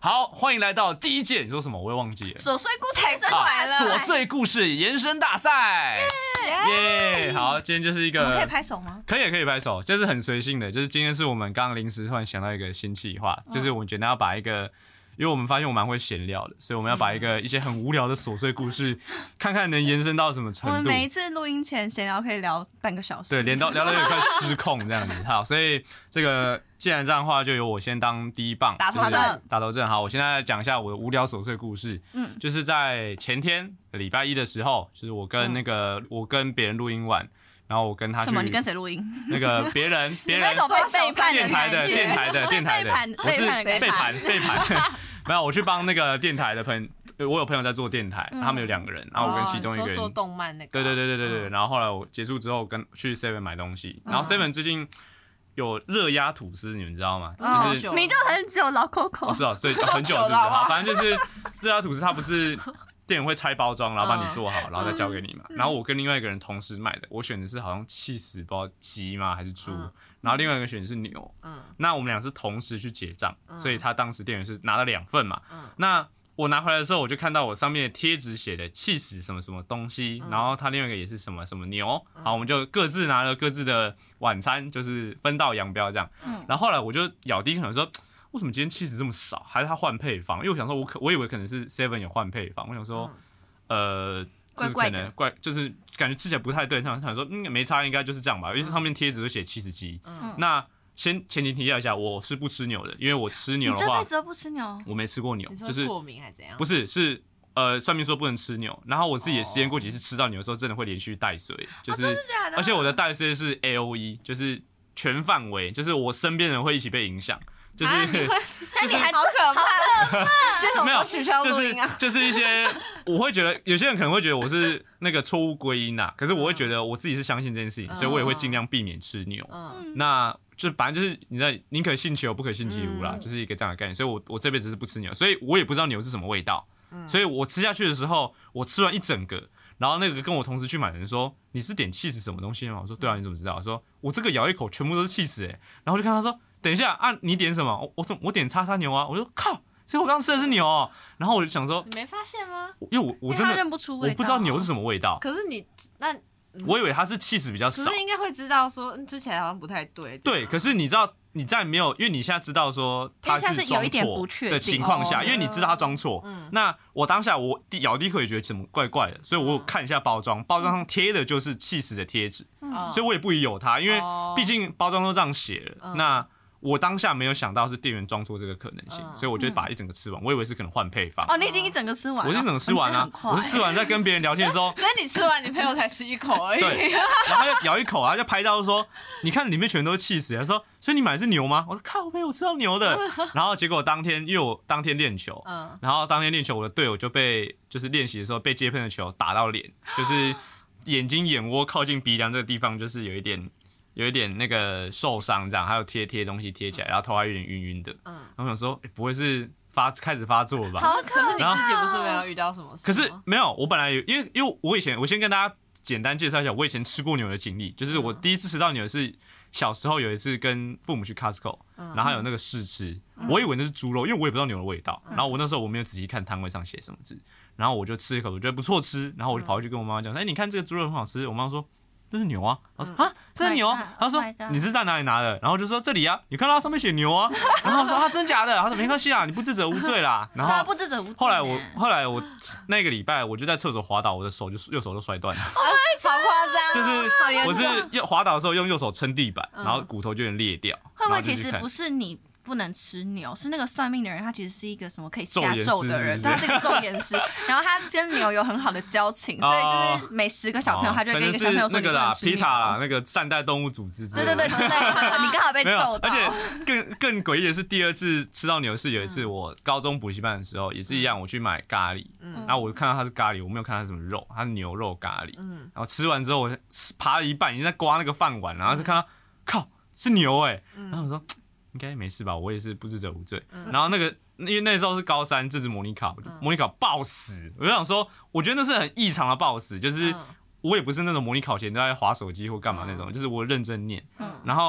好，欢迎来到第一届，你说什么？我也忘记了。 琐碎故事延伸来了， 琐碎故事延伸大赛，耶！好，今天就是一个， 我们可以拍手吗？ 可以拍手，就是很随性的，就是今天是我们刚刚临时突然想到一个新企划，就是我们觉得要把一个。因为我们发现我蛮会闲聊的，所以我们要把一些很无聊的琐碎故事，看看能延伸到什么程度。 我们每一次录音前闲聊可以聊半个小时， 对，聊到有点快失控这样子。好，所以这个既然这样的话，就由我先当第一棒， 打头阵。 好，我现在讲一下我的无聊琐碎故事。就是在前天礼拜一的时候，就是我跟别人录音完。然后我跟他去什么？你跟谁录音？ 那个别人那种背叛的电台的，我是背叛。没有，我去帮那个电台的朋友，我有朋友在做电台，他们有2个人，然后我跟其中一个人做动漫那个。 对。然后后来我结束之后去 Seven 买东西，然后 Seven 最近有热压吐司，你们知道吗？就是你就很久老 Coco。 是啊，所以很久是不是？好，反正就是热压吐司，它不是。店员会拆包装，然后帮你做好，然后再交给你嘛。然后我跟另外一个人同时买的，我选的是好像气死不知道鸡吗还是猪，然后另外一个选的是牛。那我们俩是同时去结账，所以他当时店员是拿了2份嘛。那我拿回来的时候，我就看到我上面的贴纸写的气死什么什么东西，然后他另外一个也是什么什么牛。好，我们就各自拿了各自的晚餐，就是分道扬镳这样。然后后来我就咬第一口说。为什么今天气质这么少？还是他换配方？因为我想说我以为可能是 Seven 有换配方，我想说，就是可能就是感觉吃起来不太对。想说，没差，应该就是这样吧。因为上面贴纸都写70鸡。那前提提一下，我是不吃牛的，因为我吃牛的话， 你这辈子都不吃牛？ 我没吃过牛，就是过敏还是怎样？ 不是，是算命说不能吃牛，然后我自己也实验过几次，吃到牛的时候真的会连续带水，就是， 真的假的？ 而且我的带水是 AOE， 就是全范围，就是我身边人会一起被影响。就是， 那你还好可怕！这种没有取消录音啊， 就是一些我会觉得有些人可能会觉得我是那个错误归因啊，可是我会觉得我自己是相信这件事情，所以我也会尽量避免吃牛。那就反正就是你知道，宁可信其有，不可信其无啦，就是一个这样的概念。所以我这辈子是不吃牛，所以我也不知道牛是什么味道。所以我吃下去的时候，我吃完一整个。然后那个跟我同时去买的人说：“你是点起司什么东西吗？”我说：“对啊，你怎么知道？”我说：“我这个咬一口全部都是起司欸。”然后就看他说：“等一下啊，你点什么？我点叉叉牛啊！”我说：“靠，所以我刚刚吃的是牛哦。”然后我就想说：“ 你没发现吗？ 因为我真的认不出味道， 我不知道牛是什么味道。 可是你那。” 我以为它是起司比较少， 可是应该会知道说吃起来好像不太对。 对，可是你知道你在没有，因为你现在知道说它是装错的情况下，因为你知道它装错。那我当下我咬第一口也觉得怎么怪怪的，所以我有看一下包装，包装上贴的就是起司的贴纸，所以我也不疑有它，因为毕竟包装都这样写了。那我当下没有想到是店员装错这个可能性，所以我就把一整个吃完。我以为是可能换配方。 哦，你已经一整个吃完了。 我是一整个吃完啊，我是吃完在跟别人聊天的时候。 所以你吃完，你朋友才吃1口而已。 对，然后他就咬一口啊，就拍到说：“你看里面全都是起司。”他说：“所以你买的是牛吗？”我说：“靠，没有吃到牛的。”然后结果当天，因为我当天练球，然后当天练球，我的队友就就是练习的时候被接喷的球打到脸，就是眼睛眼窝靠近鼻梁这个地方，就是有一点那个受伤这样，还有贴东西贴起来，然后头还有点晕晕的。然后我想说，不会是开始发作了吧？ 可是你自己不是没有遇到什么事吗？ 可是没有，我本来因为我先跟大家简单介绍一下我以前吃过牛的经历，就是我第一次吃到牛是小时候有一次跟父母去 Costco，然后还有那个试吃，我以为那是猪肉，因为我也不知道牛的味道。然后我那时候我没有仔细看摊位上写什么字，然后我就吃一口，我觉得不错吃，然后我就跑回去跟我妈妈讲，你看这个猪肉很好吃。我妈说。这是牛啊！我说啊，这是牛。他说你是在哪里拿的？然后就说这里啊，你看到它上面写牛啊。然后我说真假的？他说没关系啊，你不知者无罪啦。然后不知者无罪。 后来我那个礼拜我就在厕所滑倒，我的右手就摔断了。 好夸张！ 就是我是滑倒的时候用右手撑地板，然后骨头就有点裂掉。 会不会其实不是你？不能吃牛，是那个算命的人，他其实是一个什么可以下咒的人，他是个咒言师，然后他跟牛有很好的交情，所以就是每10个小朋友，他就跟一个小朋友说：“你不能吃牛。” 皮塔啦，那个善待动物组织之类的， 对之类的，你刚好被咒到。 而且更诡异的是，第2次吃到牛是有一次我高中补习班的时候，也是一样，我去买咖喱，然后我看到它是咖喱，我没有看到它是什么肉，它是牛肉咖喱，然后吃完之后我爬了一半，已经在刮那个饭碗，然后就看到靠是牛然后我说。应该没事吧，我也是不知者无罪。然后因为那时候是高3这支模拟考，模拟考爆死，我就想说，我觉得那是很异常的爆死，就是我也不是那种模拟考前都在滑手机或干嘛那种，就是我认真念。然后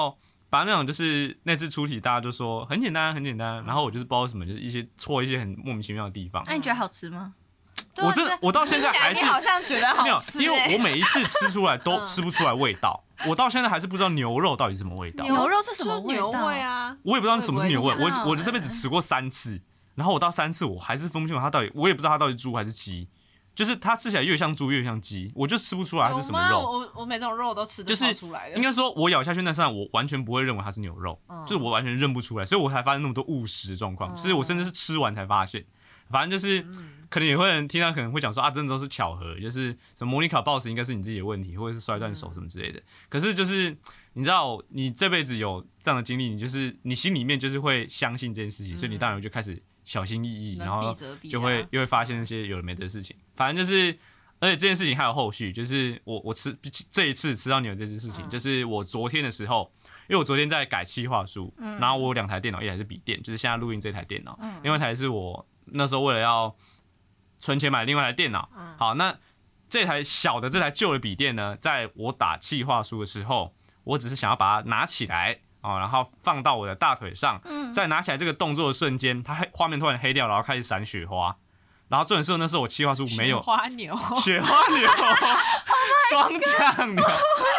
把那种就是那次出题大家就说很简单很简单，然后我就是不知道什么，就是错一些很莫名其妙的地方。 那你觉得好吃吗？ 我到现在还是你好像觉得好吃， 因为我每一次吃出来都吃不出来味道，我到现在还是不知道牛肉到底是什么味道。 牛肉是什么味道？ 牛味啊， 我也不知道什么是牛味，我这辈子吃过3次，然后我到3次我还是分不清楚它到底，我也不知道它到底是猪还是鸡。就是它吃起来越像猪越像鸡，我就吃不出来它是什么肉。 我每种肉都吃得出来的。 应该说，我咬下去那刹那，我完全不会认为它是牛肉，就是我完全认不出来，所以我才发生那么多误食的状况。就是我甚至是吃完才发现，反正就是可能也会有人听到可能会讲说啊，真的都是巧合，就是什么模拟考 boss 应该是你自己的问题，或者是摔断手什么之类的。可是就是你知道，你这辈子有这样的经历，你心里面就是会相信这件事情，所以你当然就开始小心翼翼，然后就会又会发现那些有的没的事情。反正就是，而且这件事情还有后续，就是我这一次吃到牛这件事情，就是我昨天的时候，因为我昨天在改企划书，然后我有2台电脑，一台是笔电，就是现在录音这台电脑，另外一台是我那时候为了要存钱买另外一台电脑。好，那这台旧的笔电呢，在我打企划书的时候，我只是想要把它拿起来。然后放到我的大腿上，在拿起来这个动作的瞬间，它画面突然黑掉，然后开始闪雪花。然后重点是那时候我企划书没有雪花牛， 双降牛，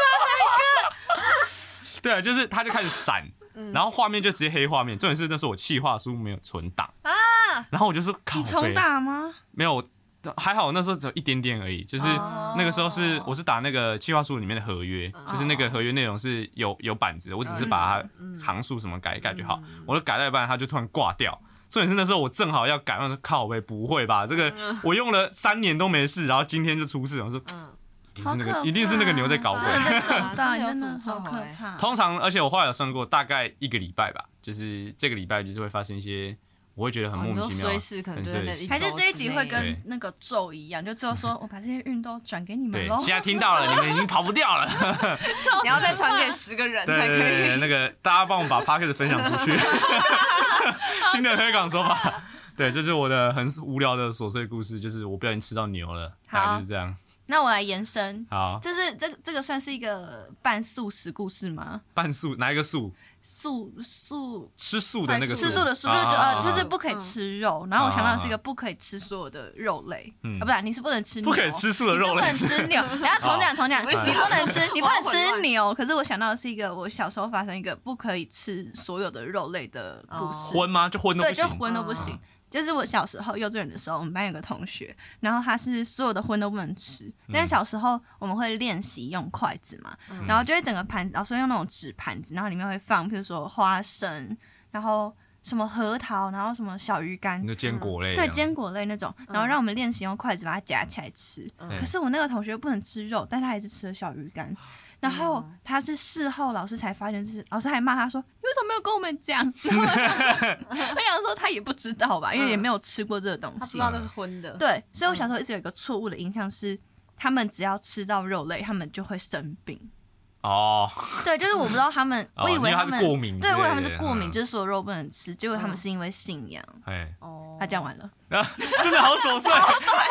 对啊，就是它就开始闪，然后画面就直接黑画面。重点是那时候我企划书没有存档然后我就是靠北， 你重打吗？ 没有。还好，那时候只有一点点而已，就是那个时候我是打那个企划书里面的合约，就是那个合约内容是有板子的，我只是把它行数什么改一改就好，我就改到一半，它就突然挂掉。重点是那时候我正好要改，我说靠北，不会吧？这个我用了3年都没事，然后今天就出事，我说一定是那个牛在搞鬼， 真的被整到，真的好可怕。 通常，而且我后来有算过，大概1个礼拜吧，就是这个礼拜就是会发生一些。我会觉得很莫名其妙， 还是这一集会跟那个咒一样，就最后说我把这些运都转给你们喽。 现在听到了，你们已经跑不掉了。 你要再传给10个人才可以。 对，那个大家帮我把 podcast 分享出去。新的推广手法，对，这是我的很无聊的琐碎故事，就是我不小心吃到牛了，大概就是这样。 那我来延伸， 好， 就是这个算是一个半素食故事吗？ 半素哪一个素？ 素吃素的那个素， 吃素的素就是不可以吃肉。然后我想到的是一个不可以吃所有的肉类，不然你是不能吃牛， 不可以吃素的肉类， 你是不能吃牛。等下重讲，你不能吃牛。可是我想到的是一个我小时候发生一个不可以吃所有的肉类的故事。 荤吗？就荤都不行？ 对，就荤都不行。就是我小时候幼稚园的时候，我们班有个同学，然后他是所有的荤都不能吃。但是小时候我们会练习用筷子嘛，然后就会整个盘子，老师用那种纸盘子，然后里面会放，譬如说花生，然后什么核桃，然后什么小鱼干， 那坚果类， 对，坚果类那种，然后让我们练习用筷子把它夹起来吃。可是我那个同学不能吃肉，但他还是吃了小鱼干。然后他是事后老师才发现，老师还骂他说：“你为什么没有跟我们讲？”然后我想说他也不知道吧，因为也没有吃过这个东西， 他不知道那是荤的。 对，所以我小时候一直有一个错误的印象是，他们只要吃到肉类，他们就会生病。 哦， 对，就是我不知道他们，我以为他们过敏， 对，我以为他们是过敏，就是所有肉不能吃，结果他们是因为信仰。他讲完了， 真的好琐碎， 好短。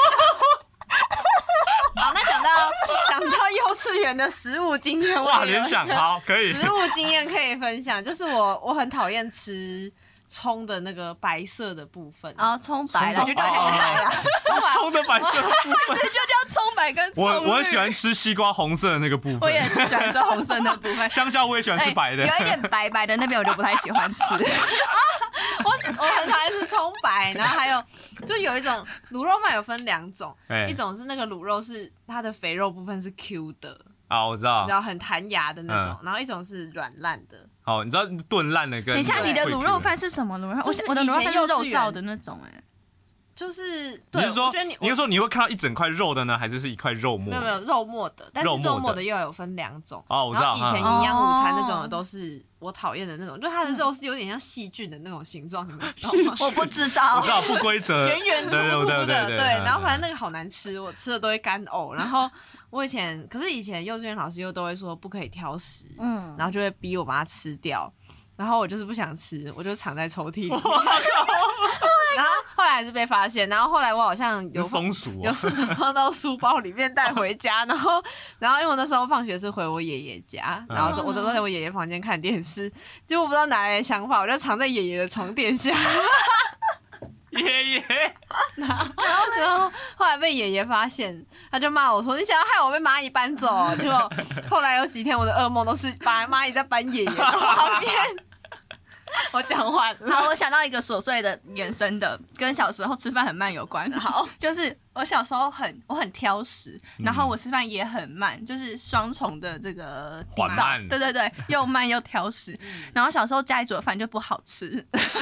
好，那讲到幼稚园的食物经验， 哇，联想好可以， 食物经验可以分享，就是我很讨厌吃葱的那个白色的部分。 葱白了就叫葱白啦， 葱的白色的部分对，就叫葱白跟葱绿。 我很喜欢吃西瓜红色的那个部分， 我也是喜欢吃红色的部分。 香蕉我也喜欢吃白的， 有一点白白的那边我就不太喜欢吃。 我很讨厌吃葱白，然后还有就有一种卤肉饭有分2种，一种是那个卤肉是它的肥肉部分是 Q 的我知道， 然后很弹牙的那种，然后一种是软烂的。 好，你知道炖烂的跟等一下，你的卤肉饭是什么卤肉饭？我的卤肉饭是肉燥的那种就是你是说你会看到一整块肉的呢，还是一块肉末？ 没有肉末的，但是肉末的又有分2种。 我知道。 以前营养午餐那种的都是我讨厌的那种，就它的肉是有点像细菌的那种形状，你们知道吗？ 我不知道， 我知道不规则， 圆圆凸凸的， 对。 然后反正那个好难吃，我吃了都会干呕。然后可是以前幼稚园老师又都会说不可以挑食，然后就会逼我把它吃掉。然后我就是不想吃，我就藏在抽屉里。然后后来还是被发现。然后后来我好像有松鼠， 有试着放到书包里面带回家，然后因为我那时候放学是回我爷爷家，然后我都在我爷爷房间看电视，结果不知道哪来的想法，我就藏在爷爷的床垫下。 爷爷， 然后后来被爷爷发现，他就骂我说：“你想要害我被蚂蚁搬走？”结果后来有几天我的噩梦都是把蚂蚁在搬爷爷的旁边。我讲完了。 好，我想到一个琐碎的延伸的，跟小时候吃饭很慢有关。好，就是我小时候我很挑食，然后我吃饭也很慢，就是双重的这个缓慢。 对对对，又慢又挑食。然后小时候家里煮的饭就不好吃。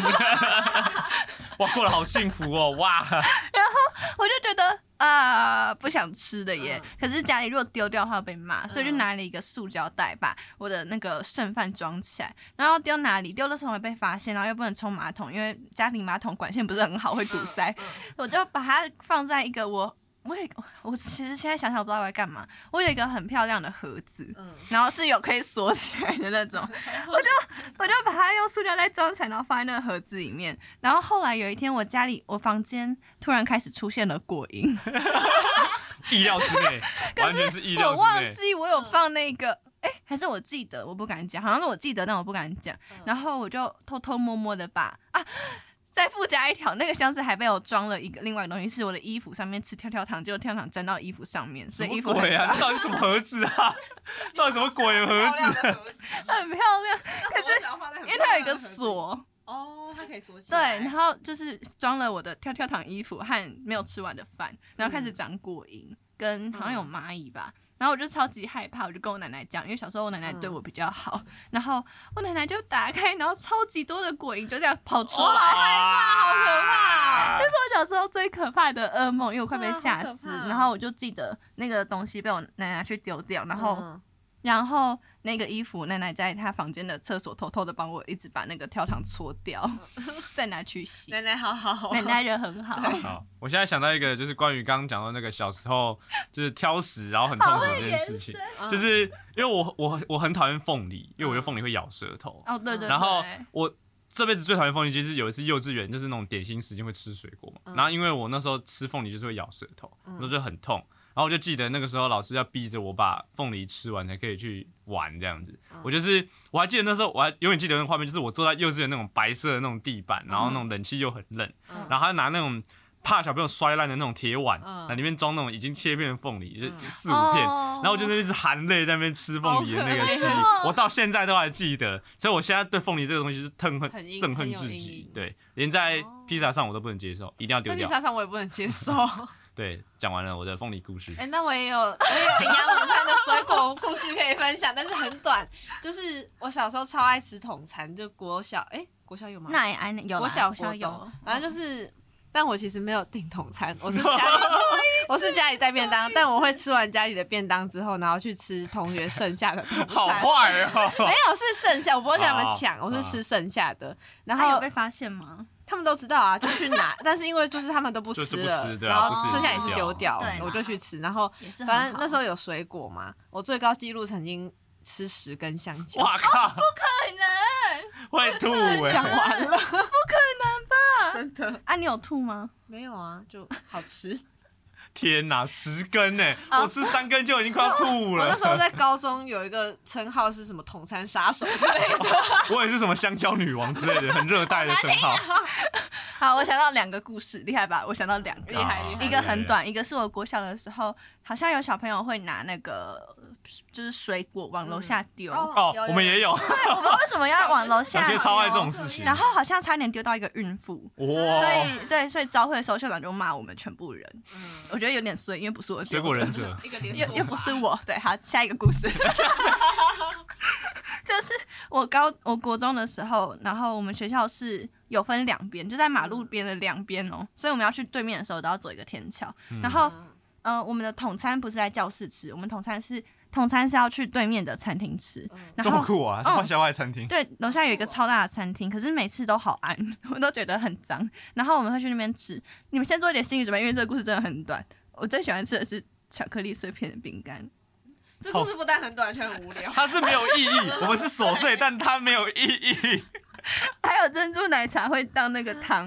哇，过得好幸福哦！哇， 然后我就觉得不想吃的耶。可是家里如果丢掉的话会被骂，所以就拿了一个塑胶袋把我的那个剩饭装起来，然后丢哪里？丢的时候会被发现，然后又不能冲马桶，因为家庭马桶管线不是很好，会堵塞。我就把它放在一个我其实现在想想我不知道我在干嘛。我有一个很漂亮的盒子，然后是有可以锁起来的那种，我就把它用塑胶袋装起来，然后放在那个盒子里面。然后后来有一天，我房间突然开始出现了果蝇， 意料之内，完全是意料之内。 我忘记我有放那个，还是我记得，我不敢讲，好像是我记得，但我不敢讲。然后我就偷偷摸摸的把再附加一条，那个箱子还被我装了另外一个东西，是我的衣服上面吃跳跳糖，结果跳跳糖粘到衣服上面，所以衣服很鬼啊！到底什么盒子啊？到底什么鬼的盒子？ 很漂亮，可是因为它有一个锁哦，它可以锁起来。 对，然后就是装了我的跳跳糖衣服和没有吃完的饭，然后开始长果蝇，跟好像有蚂蚁吧。然后我就超级害怕，我就跟我奶奶讲，因为小时候我奶奶对我比较好，然后我奶奶就打开，然后超级多的果蝇就这样跑出来， 害怕，好可怕！ 那是我小时候最可怕的噩梦，因为我快被吓死。然后我就记得那个东西被我奶奶去丢掉，然后那个衣服奶奶在她房间的厕所偷偷的帮我一直把那个跳糖搓掉，再拿去洗。 奶奶好， 奶奶人很好。 好，我现在想到一个，就是关于刚刚讲到那个小时候就是挑食然后很痛苦的这件事情，就是因为我很讨厌凤梨，因为我觉得凤梨会咬舌头。 哦，对对。 然后我这辈子最讨厌凤梨，其实有一次幼稚园就是那种点心时间会吃水果嘛，然后因为我那时候吃凤梨就是会咬舌头，那就很痛。然后我就记得那个时候老师要逼着我把凤梨吃完才可以去玩这样子。我还记得那时候，我还永远记得那个画面，就是我坐在幼稚园那种白色的那种地板，然后那种冷气又很冷，然后他拿那种怕小朋友摔烂的那种铁碗，里面装那种已经切片的凤梨，就4-5片，然后我就一直含泪在那边吃凤梨的那个记忆，我到现在都还记得，所以我现在对凤梨这个东西是憎恨至极，对，连在披萨上我都不能接受，一定要丢掉。 在披萨上我也不能接受。 对，讲完了我的凤梨故事。 那我也有营养午餐的水果故事可以分享，但是很短。就是我小时候超爱吃统餐，就国小有吗？ 那也有国小国中，反正就是，但我其实没有订统餐，我是家里带便当，但我会吃完家里的便当之后，然后去吃同学剩下的统餐。 好坏哦！ 没有，是剩下，我不会跟他们抢，我是吃剩下的。然后有被发现吗？ 他们都知道啊，就去拿，但是因为就是他们都不吃了，然后剩下也是丢掉，我就去吃。然后反正那时候有水果嘛，我最高纪录曾经吃10根香蕉。 哇靠！ 不可能， 会吐欸！ 讲完了，不可能吧？ 真的啊？你有吐吗？ 没有啊，就好吃。 天哪，10根欸！我吃3根就已经快要吐了。 我那时候在高中有一个称号是什么统餐杀手之类的。 我也是什么香蕉女王之类的，很热带的称号。 好，我想到2个故事，厉害吧？我想到2个， 厉害。 一个很短，一个是我国小的时候，好像有小朋友会拿那个就是水果往楼下丢。 我们也有。 对，我们为什么要往楼下丢？ 小学超爱这种事情。 然后好像差点丢到一个孕妇。 哇！ 所以朝会的时候校长就骂我们全部人。我觉得有点衰，因为不是我水果忍者， 又不是我。对，好，下一个故事。就是我国中的时候，然后我们学校是有分2边，就在马路边的2边哦，所以我们要去对面的时候都要走一个天桥。然后我们的统餐不是在教室吃，我们统餐是要去对面的餐厅吃。 这么酷啊！是校外餐厅。 对，楼下有一个超大的餐厅，可是每次都好暗，我都觉得很脏。然后我们会去那边吃。你们先做一点心理准备，因为这个故事真的很短。我最喜欢吃的是巧克力碎片的饼干。 这故事不但很短，却很无聊。 它是没有意义，我们是琐碎，但它没有意义。 还有珍珠奶茶会当那个汤。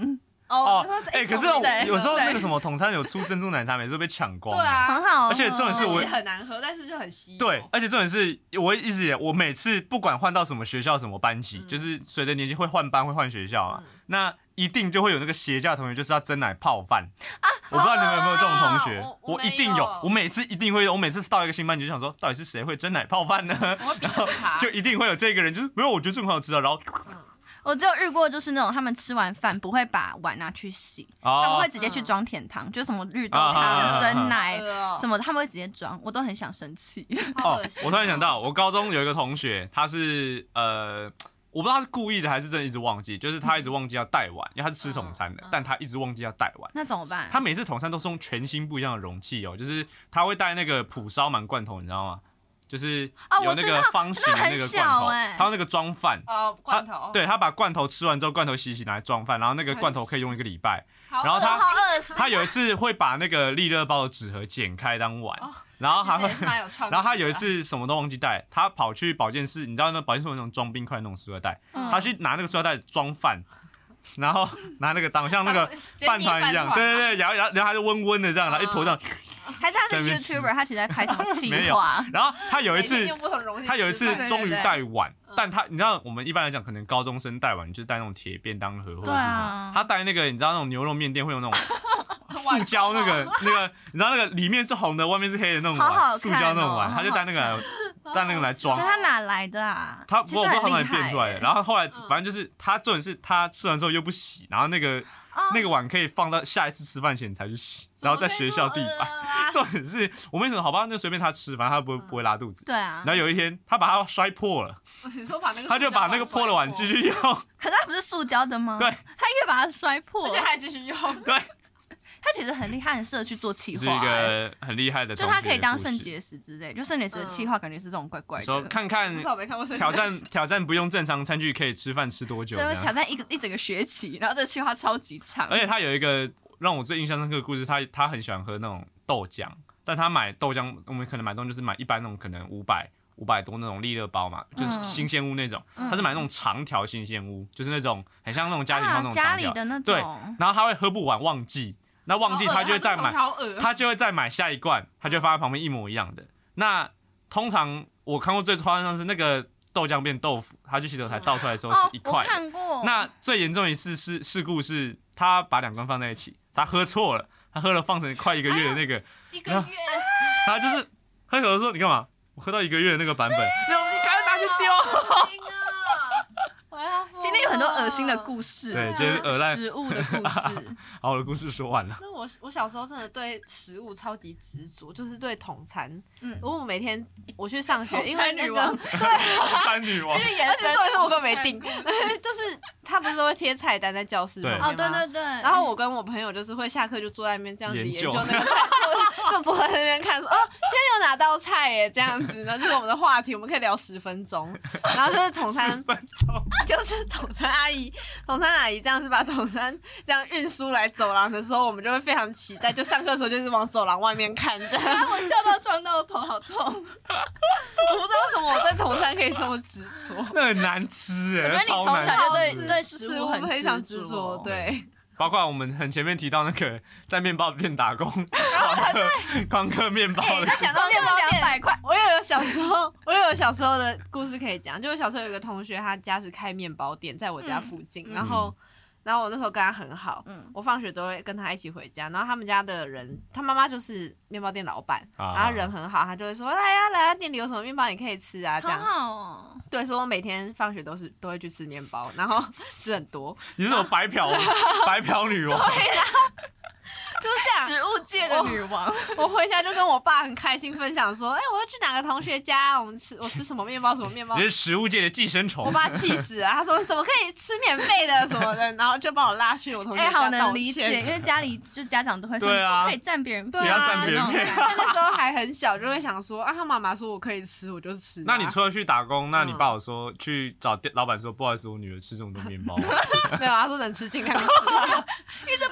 可是有时候那个什么统餐有出珍珠奶茶，每次都被抢光。 对啊， 很好。 而且重点是我很难喝，但是就很稀有。 对，而且重点是我每次不管换到什么学校什么班级，就是随着年纪会换班会换学校嘛，那一定就会有那个邪教的同学就是要蒸奶泡饭啊！我不知道你们有没有这种同学，我一定有，我每次一定会有，我每次到一个新班级就想说，到底是谁会蒸奶泡饭呢？然后就一定会有这个人，就是没有，我觉得这个很好吃啊，然后。 我只有遇过，就是那种他们吃完饭不会把碗拿去洗，他们会直接去装甜汤，就什么绿豆汤、蒸奶什么的，他们会直接装，我都很想生气。 我突然想到，我高中有一个同学，他是我不知道他是故意的还是真的一直忘记，就是他一直忘记要带碗，因为他是吃统餐的，但他一直忘记要带碗。 那怎么办？ 他每次统餐都是用全新不一样的容器哦，就是他会带那个蒲烧鳗罐头，你知道吗？就是有那个方形的那个罐头，他用那个装饭罐头， 对他把罐头吃完之后，罐头洗拿来装饭，然后那个罐头可以用1个礼拜。然后他有一次会把那个利乐包的纸盒剪开当碗，然后他有一次什么都忘记带，他跑去保健室，你知道那保健室有那种装冰块那种塑料袋，他去拿那个塑料袋装饭。然后拿那个当像那个饭团一样，对，然后他就温温的这样，然后一坨这样。 还是他是 YouTuber， 他其实在拍什么企划？ 然后他有一次终于带碗，但他你知道我们一般来讲可能高中生带碗就是带那种铁便当盒或者是什么，他带那个你知道那种牛肉面店会有那种塑胶那个你知道那个里面是红的外面是黑的那种碗，塑胶那种碗，他就带那个来装。 他哪来的啊？ 我不知道他哪里变出来的。然后后来反正就是他重点是他吃完之后又不洗，然后那个碗可以放到下一次吃饭前才去洗，然后在学校地板。重点是我们说好吧，那随便他吃，反正他不会拉肚子。 对啊。 然后有一天他把它摔破了， 你说把那个他就把那个破的碗继续用。 可是他不是塑胶的吗？ 对， 他应该把它摔破， 而且还继续用。 对。 他其实很厉害，很适合去做企划， 是一个很厉害的， 就他可以当肾结石之类，就肾结石的企划感觉是这种怪怪的。 说看看挑战不用正常餐具可以吃饭吃多久？ 对，挑战一整个学期，然后这个企划超级长。 而且他有一个让我最印象深刻的故事，他很喜欢喝那种豆浆，但他买豆浆，我们可能买东西就是买一般那种可能500多那种利乐包嘛，就是新鲜屋那种，他是买那种长条新鲜屋，就是那种很像那种家庭号那种长条， 家里的那种。 对，然后他会喝不完忘记。那忘记他就会再买，他就会再买下一罐，他就放在旁边一模一样的。那通常我看过最夸张的是那个豆浆变豆腐，他去洗手台倒出来的时候是1块。 我看过。 那最严重一次事故是他把2罐放在一起，他喝错了，他喝了放成快1个月的那个。 1个月。 他就是喝口说你干嘛？我喝到1个月的那个版本，然后你赶快拿去丢。 今天有很多恶心的故事， 对，就是食物的故事。 好，我的故事说完了。 那我小时候真的对食物超级执着，就是对统餐。我每天我去上学，因为那个对统餐女王， 而且重点是我根本没订，就是他不是都会贴菜单在教室旁边吗？ 对。 然后我跟我朋友就是会下课就坐在那边这样子研究那个菜，就坐在那边看说今天有哪道菜耶这样子，然后就是我们的话题，我们可以聊10分钟。然后就是统餐，就是统餐阿姨这样子把统餐这样运输来走廊的时候，我们就会非常期待，就上课的时候就是往走廊外面看这样。 我笑到撞到头，好痛！我不知道为什么我对统餐可以这么执着， 那很难吃哎， 我觉得你从小就对食物非常执着，对。 包括我们很前面提到那个在面包店打工狂嗑面包的， 他讲到面包店 200块， 我又有小时候的故事可以讲。就我小时候有一个同学，他家是开面包店，在我家附近，然后我那时候跟他很好，我放学都会跟他一起回家。然后他们家的人，他妈妈就是面包店老板，然后人很好，他就会说来啊，店里有什么面包你可以吃啊，这样。 好好哦。 对，所以我每天放学都会去吃面包，然后吃很多。 你是什么白嫖女王？ 对啊。就是这样， 食物界的女王。 我回家就跟我爸很开心分享说，我要去哪个同学家，我吃什么面包什么面包。 你是食物界的寄生虫。 我爸气死了，他说怎么可以吃免费的什么的，然后就把我拉去我同学家道歉。 好能理解，因为家里就家长都会说，不可以占别人便宜， 不要占别人便宜。 但那时候还很小，就会想说他妈妈说我可以吃，我就吃。 那你除了去打工，那你爸有说去找店老板说，不好意思，我女儿吃这么多面包。 没有，他说能吃尽量吃， 因为这不一样，因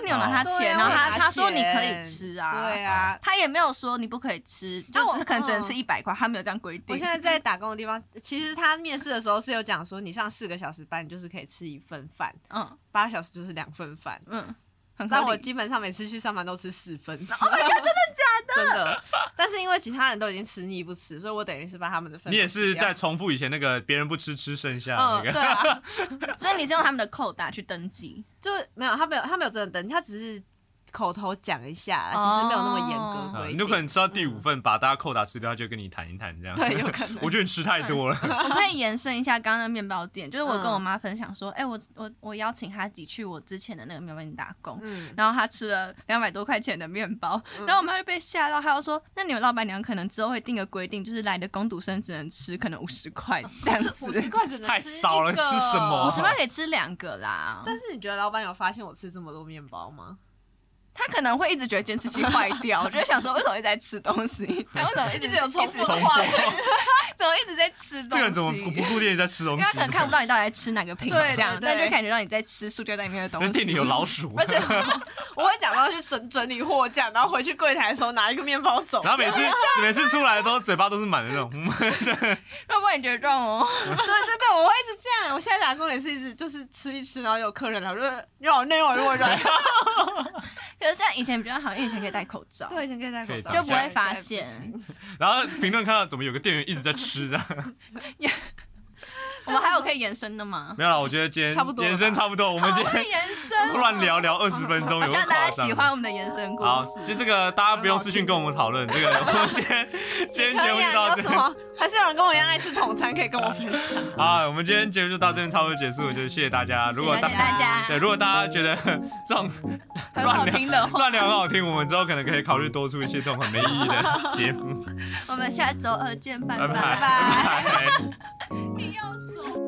为你有拿他钱，然后他说你可以吃啊， 对啊， 他也没有说你不可以吃，就是可能只能吃100块，他没有这样规定。 我现在在打工的地方，其实他面试的时候是有讲说，你上4个小时班，你就是可以吃1份饭，8小时就是2份饭，但我基本上每次去上班都吃4份。 Oh my god， 真的假的？ 真的。但是因为其他人都已经吃腻不吃，所以我等于是把他们的份。 你也是在重复以前那个别人不吃剩下的那个。 对啊。所以你是用他们的扣打去登记？ 就没有，他没有真的登记，他只是口头讲一下，其实没有那么严格规定。 你有可能吃到第5份，把大家扣打吃掉，就跟你谈一谈这样。 对，有可能。 我觉得你吃太多了。 我可以延伸一下刚刚的面包店，就是我跟我妈分享说，我邀请她一起去我之前的那个面包店打工，然后她吃了200多块钱的面包，然后我妈就被吓到，她就说，那你们老板娘可能之后会定个规定，就是来的工读生只能吃可能50块这样子。 50块只能吃太少了，吃什么 ？50块可以吃2个啦。 但是你觉得老板有发现我吃这么多面包吗？ 他可能会一直觉得监视器坏掉，我就想说为什么一直在吃东西？他为什么一直有重复的话？ 怎么一直在吃东西？ 这个人怎么不固定在吃东西？ 因为他可能看不到你到底在吃哪个品项，但就感觉到你在吃塑胶袋里面的东西。 店里有老鼠， 而且我会假装去整理货架，然后回去柜台的时候拿一个面包走。 然后每次出来都嘴巴都是满的那种。 会不会你觉得这样哦？ 对，我会一直这样。我现在打工也是一直就是吃一吃，然后有客人来，我就要内容如果软。 可是像以前比较好，因为以前可以戴口罩， 对，以前可以戴口罩， 就不会发现。 然后评论看到怎么有个店员一直在吃的。 我们还有可以延伸的吗？ 没有了，我觉得今天延伸差不多，我们今天延伸乱聊20分钟， 希望大家喜欢我们的延伸故事。 好，其实这个大家不用私讯跟我们讨论，这个我们今天节目就到这。 还是有人跟我一样爱吃统餐，可以跟我分享。 好，我们今天节目就到这边差不多结束了，就谢谢大家。 谢谢大家。 对，如果大家觉得这种很好听的话， 乱聊很好听，我们之后可能可以考虑多出一些这种很没意义的节目。 我们下周2见，拜拜。 你要说。